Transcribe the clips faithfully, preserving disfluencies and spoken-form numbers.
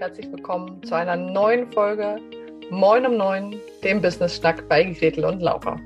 herzlich willkommen zu einer neuen Folge Moin um neun, dem Business-Schnack bei Gretel und Laura.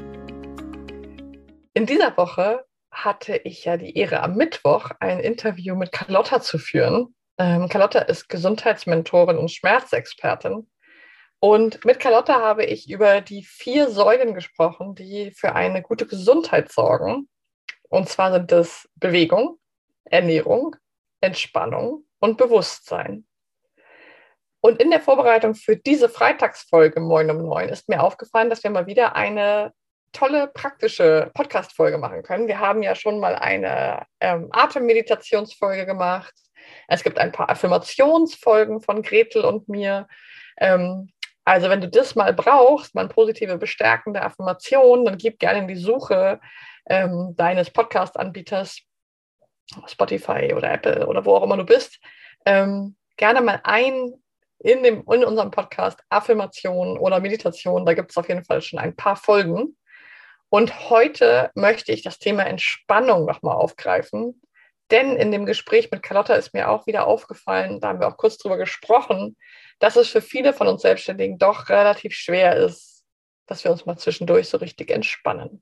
In dieser Woche hatte ich ja die Ehre, am Mittwoch ein Interview mit Carlotta zu führen. Ähm, Carlotta ist Gesundheitsmentorin und Schmerzexpertin. Und mit Carlotta habe ich über die vier Säulen gesprochen, die für eine gute Gesundheit sorgen. Und zwar sind es Bewegung, Ernährung, Entspannung und Bewusstsein. Und in der Vorbereitung für diese Freitagsfolge Moin um neun ist mir aufgefallen, dass wir mal wieder eine tolle praktische Podcast-Folge machen können. Wir haben ja schon mal eine ähm, Atemmeditationsfolge gemacht. Es gibt ein paar Affirmationsfolgen von Gretel und mir. Ähm, also wenn du das mal brauchst, mal positive, bestärkende Affirmationen, dann gib gerne in die Suche ähm, deines Podcast-Anbieters, Spotify oder Apple oder wo auch immer du bist, ähm, gerne mal ein in, dem, in unserem Podcast Affirmationen oder Meditation. Da gibt es auf jeden Fall schon ein paar Folgen. Und heute möchte ich das Thema Entspannung nochmal aufgreifen. Denn in dem Gespräch mit Carlotta ist mir auch wieder aufgefallen, da haben wir auch kurz drüber gesprochen, dass es für viele von uns Selbstständigen doch relativ schwer ist, dass wir uns mal zwischendurch so richtig entspannen.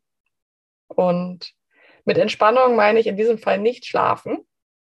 Und mit Entspannung meine ich in diesem Fall nicht schlafen,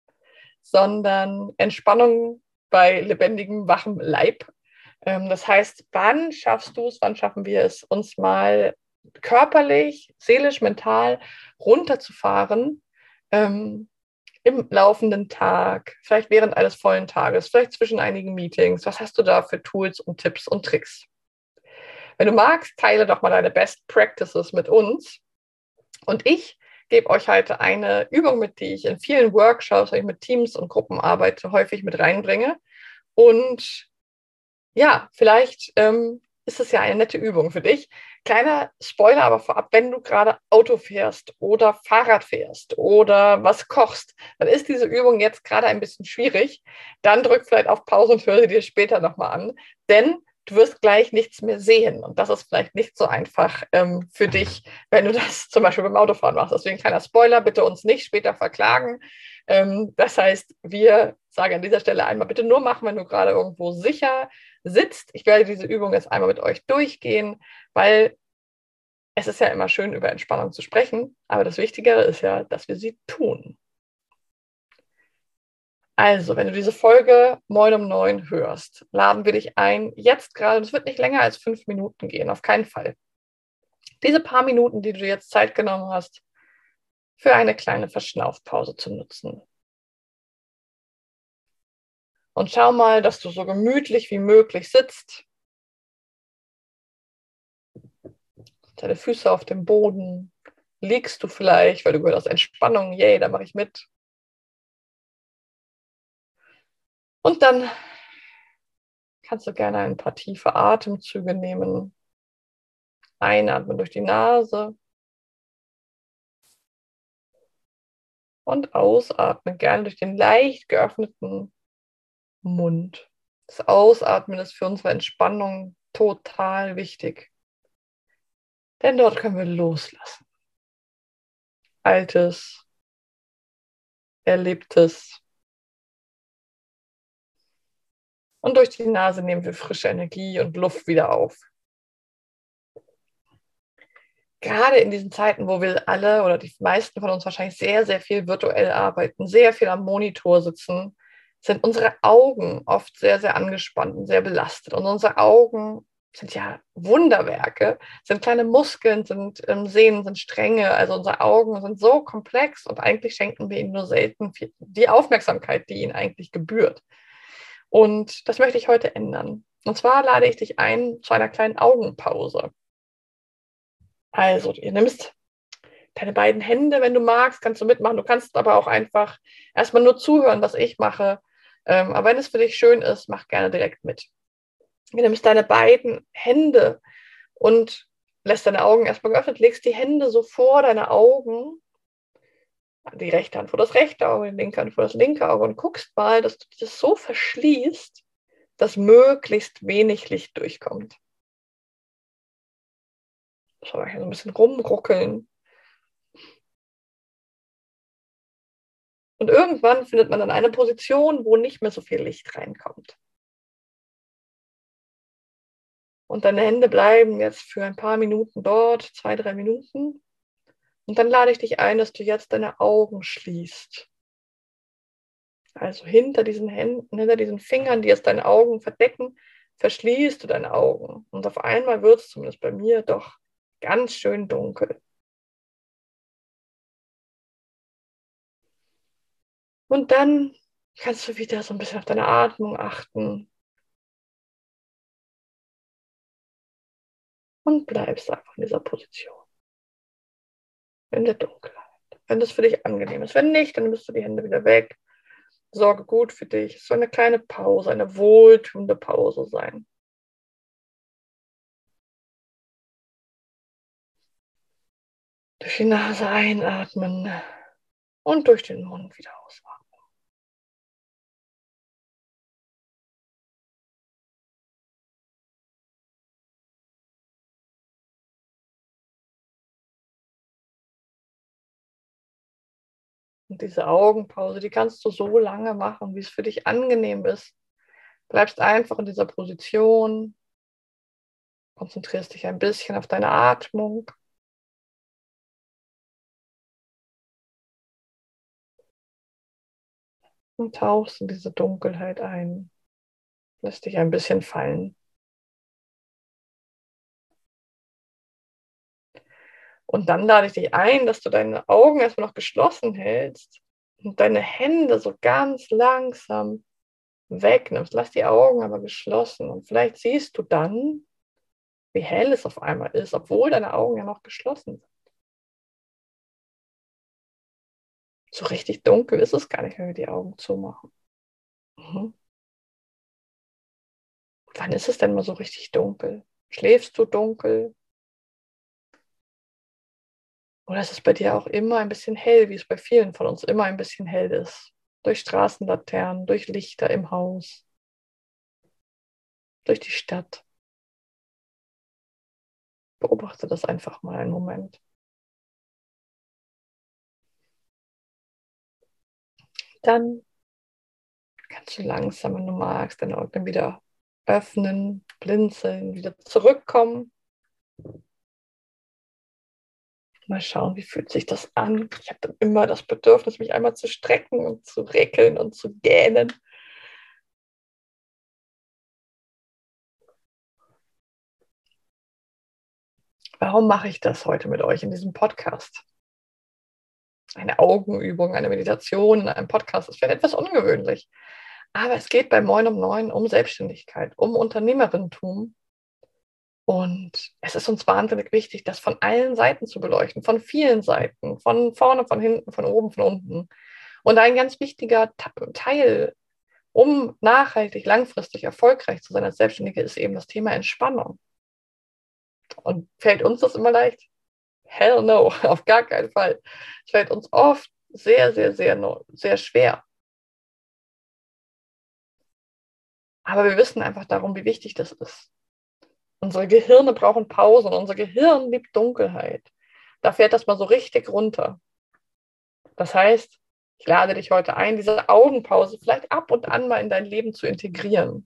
sondern Entspannung bei lebendigem, wachem Leib. Das heißt, wann schaffst du es, wann schaffen wir es, uns mal körperlich, seelisch, mental runterzufahren ähm, im laufenden Tag, vielleicht während eines vollen Tages, vielleicht zwischen einigen Meetings. Was hast du da für Tools und Tipps und Tricks? Wenn du magst, teile doch mal deine Best Practices mit uns. Und ich gebe euch heute eine Übung mit, die ich in vielen Workshops, wenn ich mit Teams und Gruppen arbeite, häufig mit reinbringe. Und ja, vielleicht ähm, ist es ja eine nette Übung für dich. Kleiner Spoiler aber vorab, wenn du gerade Auto fährst oder Fahrrad fährst oder was kochst, dann ist diese Übung jetzt gerade ein bisschen schwierig. Dann drück vielleicht auf Pause und hör sie dir später nochmal an, denn du wirst gleich nichts mehr sehen. Und das ist vielleicht nicht so einfach ähm, für dich, wenn du das zum Beispiel beim Autofahren machst. Deswegen kleiner Spoiler, bitte uns nicht später verklagen. Ähm, das heißt, wir sagen an dieser Stelle einmal, bitte nur machen, wenn du gerade irgendwo sicher sitzt. Ich werde diese Übung jetzt einmal mit euch durchgehen, weil es ist ja immer schön, über Entspannung zu sprechen. Aber das Wichtigere ist ja, dass wir sie tun. Also, wenn du diese Folge Moin um neun hörst, laden wir dich ein, jetzt gerade, es wird nicht länger als fünf Minuten gehen, auf keinen Fall. Diese paar Minuten, die du jetzt Zeit genommen hast, für eine kleine Verschnaufpause zu nutzen. Und schau mal, dass du so gemütlich wie möglich sitzt. Deine Füße auf dem Boden. Liegst du vielleicht, weil du gehört hast, Entspannung, yay, da mache ich mit. Und dann kannst du gerne ein paar tiefe Atemzüge nehmen. Einatmen durch die Nase und ausatmen, gerne durch den leicht geöffneten Mund. Das Ausatmen ist für unsere Entspannung total wichtig. Denn dort können wir loslassen. Altes, Erlebtes. Und durch die Nase nehmen wir frische Energie und Luft wieder auf. Gerade in diesen Zeiten, wo wir alle oder die meisten von uns wahrscheinlich sehr, sehr viel virtuell arbeiten, sehr viel am Monitor sitzen, sind unsere Augen oft sehr, sehr angespannt und sehr belastet. Und unsere Augen sind ja Wunderwerke, sind kleine Muskeln, sind ähm, Sehnen, sind Stränge. Also unsere Augen sind so komplex und eigentlich schenken wir ihnen nur selten die Aufmerksamkeit, die ihnen eigentlich gebührt. Und das möchte ich heute ändern. Und zwar lade ich dich ein zu einer kleinen Augenpause. Also, du nimmst deine beiden Hände, wenn du magst, kannst du mitmachen. Du kannst aber auch einfach erstmal nur zuhören, was ich mache. Ähm, aber wenn es für dich schön ist, mach gerne direkt mit. Du nimmst deine beiden Hände und lässt deine Augen erstmal geöffnet, legst die Hände so vor deine Augen, die rechte Hand vor das rechte Auge, die linke Hand vor das linke Auge und guckst mal, dass du das so verschließt, dass möglichst wenig Licht durchkommt. So ein bisschen rumruckeln. Und irgendwann findet man dann eine Position, wo nicht mehr so viel Licht reinkommt. Und deine Hände bleiben jetzt für ein paar Minuten dort, zwei, drei Minuten. Und dann lade ich dich ein, dass du jetzt deine Augen schließt. Also hinter diesen Händen, hinter diesen Fingern, die jetzt deine Augen verdecken, verschließt du deine Augen. Und auf einmal wird es zumindest bei mir doch ganz schön dunkel. Und dann kannst du wieder so ein bisschen auf deine Atmung achten. Und bleibst einfach in dieser Position. In der Dunkelheit. Wenn das für dich angenehm ist. Wenn nicht, dann nimmst du die Hände wieder weg. Sorge gut für dich. Es soll eine kleine Pause, eine wohltuende Pause sein. Durch die Nase einatmen und durch den Mund wieder ausatmen. Und diese Augenpause, die kannst du so lange machen, wie es für dich angenehm ist. Bleibst einfach in dieser Position, konzentrierst dich ein bisschen auf deine Atmung. Und tauchst in diese Dunkelheit ein. Lässt dich ein bisschen fallen. Und dann lade ich dich ein, dass du deine Augen erstmal noch geschlossen hältst und deine Hände so ganz langsam wegnimmst. Lass die Augen aber geschlossen. Und vielleicht siehst du dann, wie hell es auf einmal ist, obwohl deine Augen ja noch geschlossen sind. So richtig dunkel ist es gar nicht, wenn wir die Augen zumachen. Mhm. Wann ist es denn mal so richtig dunkel? Schläfst du dunkel? Oder ist es bei dir auch immer ein bisschen hell, wie es bei vielen von uns immer ein bisschen hell ist? Durch Straßenlaternen, durch Lichter im Haus, durch die Stadt. Beobachte das einfach mal einen Moment. Dann kannst du langsam, wenn du magst, deine Augen wieder öffnen, blinzeln, wieder zurückkommen. Mal schauen, wie fühlt sich das an. Ich habe dann immer das Bedürfnis, mich einmal zu strecken und zu reckeln und zu gähnen. Warum mache ich das heute mit euch in diesem Podcast? Eine Augenübung, eine Meditation in einem Podcast ist vielleicht etwas ungewöhnlich. Aber es geht bei Moin um neun um Selbstständigkeit, um Unternehmerinnentum. Und es ist uns wahnsinnig wichtig, das von allen Seiten zu beleuchten, von vielen Seiten, von vorne, von hinten, von oben, von unten. Und ein ganz wichtiger Teil, um nachhaltig, langfristig erfolgreich zu sein als Selbstständige, ist eben das Thema Entspannung. Und fällt uns das immer leicht? Hell no, auf gar keinen Fall. Es fällt uns oft sehr, sehr, sehr, sehr schwer. Aber wir wissen einfach darum, wie wichtig das ist. Unsere Gehirne brauchen Pausen. Unser Gehirn liebt Dunkelheit. Da fährt das mal so richtig runter. Das heißt, ich lade dich heute ein, diese Augenpause vielleicht ab und an mal in dein Leben zu integrieren.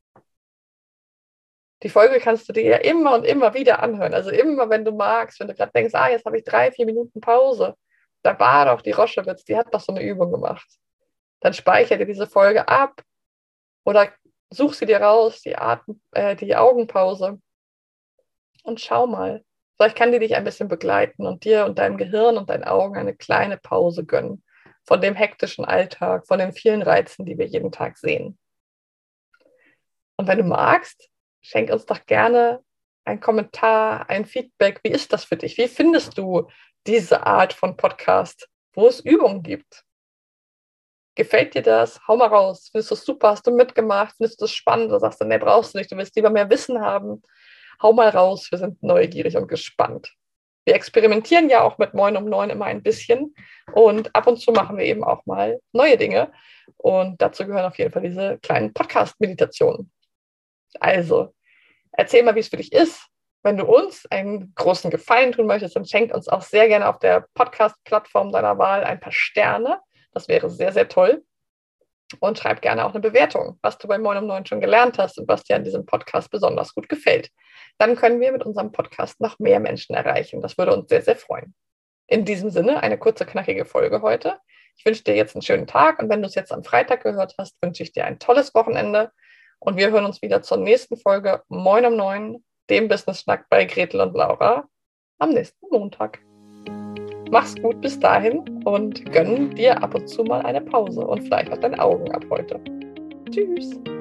Die Folge kannst du dir ja immer und immer wieder anhören. Also immer, wenn du magst, wenn du gerade denkst, ah, jetzt habe ich drei, vier Minuten Pause. Da war doch die Roschewitz, die hat doch so eine Übung gemacht. Dann speichere dir diese Folge ab oder such sie dir raus, die, Atem, äh, die Augenpause. Und schau mal. Vielleicht kann die dich ein bisschen begleiten und dir und deinem Gehirn und deinen Augen eine kleine Pause gönnen von dem hektischen Alltag, von den vielen Reizen, die wir jeden Tag sehen. Und wenn du magst, schenk uns doch gerne einen Kommentar, ein Feedback. Wie ist das für dich? Wie findest du diese Art von Podcast, wo es Übungen gibt? Gefällt dir das? Hau mal raus. Findest du es super? Hast du mitgemacht? Findest du es spannend? Oder sagst du, nee, brauchst du nicht. Du willst lieber mehr Wissen haben. Hau mal raus. Wir sind neugierig und gespannt. Wir experimentieren ja auch mit Moin um neun immer ein bisschen. Und ab und zu machen wir eben auch mal neue Dinge. Und dazu gehören auf jeden Fall diese kleinen Podcast-Meditationen. Also, erzähl mal, wie es für dich ist. Wenn du uns einen großen Gefallen tun möchtest, dann schenk uns auch sehr gerne auf der Podcast-Plattform deiner Wahl ein paar Sterne. Das wäre sehr, sehr toll. Und schreib gerne auch eine Bewertung, was du bei Moin um neun schon gelernt hast und was dir an diesem Podcast besonders gut gefällt. Dann können wir mit unserem Podcast noch mehr Menschen erreichen. Das würde uns sehr, sehr freuen. In diesem Sinne eine kurze, knackige Folge heute. Ich wünsche dir jetzt einen schönen Tag und wenn du es jetzt am Freitag gehört hast, wünsche ich dir ein tolles Wochenende und wir hören uns wieder zur nächsten Folge Moin um neun, dem Business-Schnack bei Gretel und Laura am nächsten Montag. Mach's gut bis dahin und gönn dir ab und zu mal eine Pause und vielleicht auch deine Augen ab heute. Tschüss!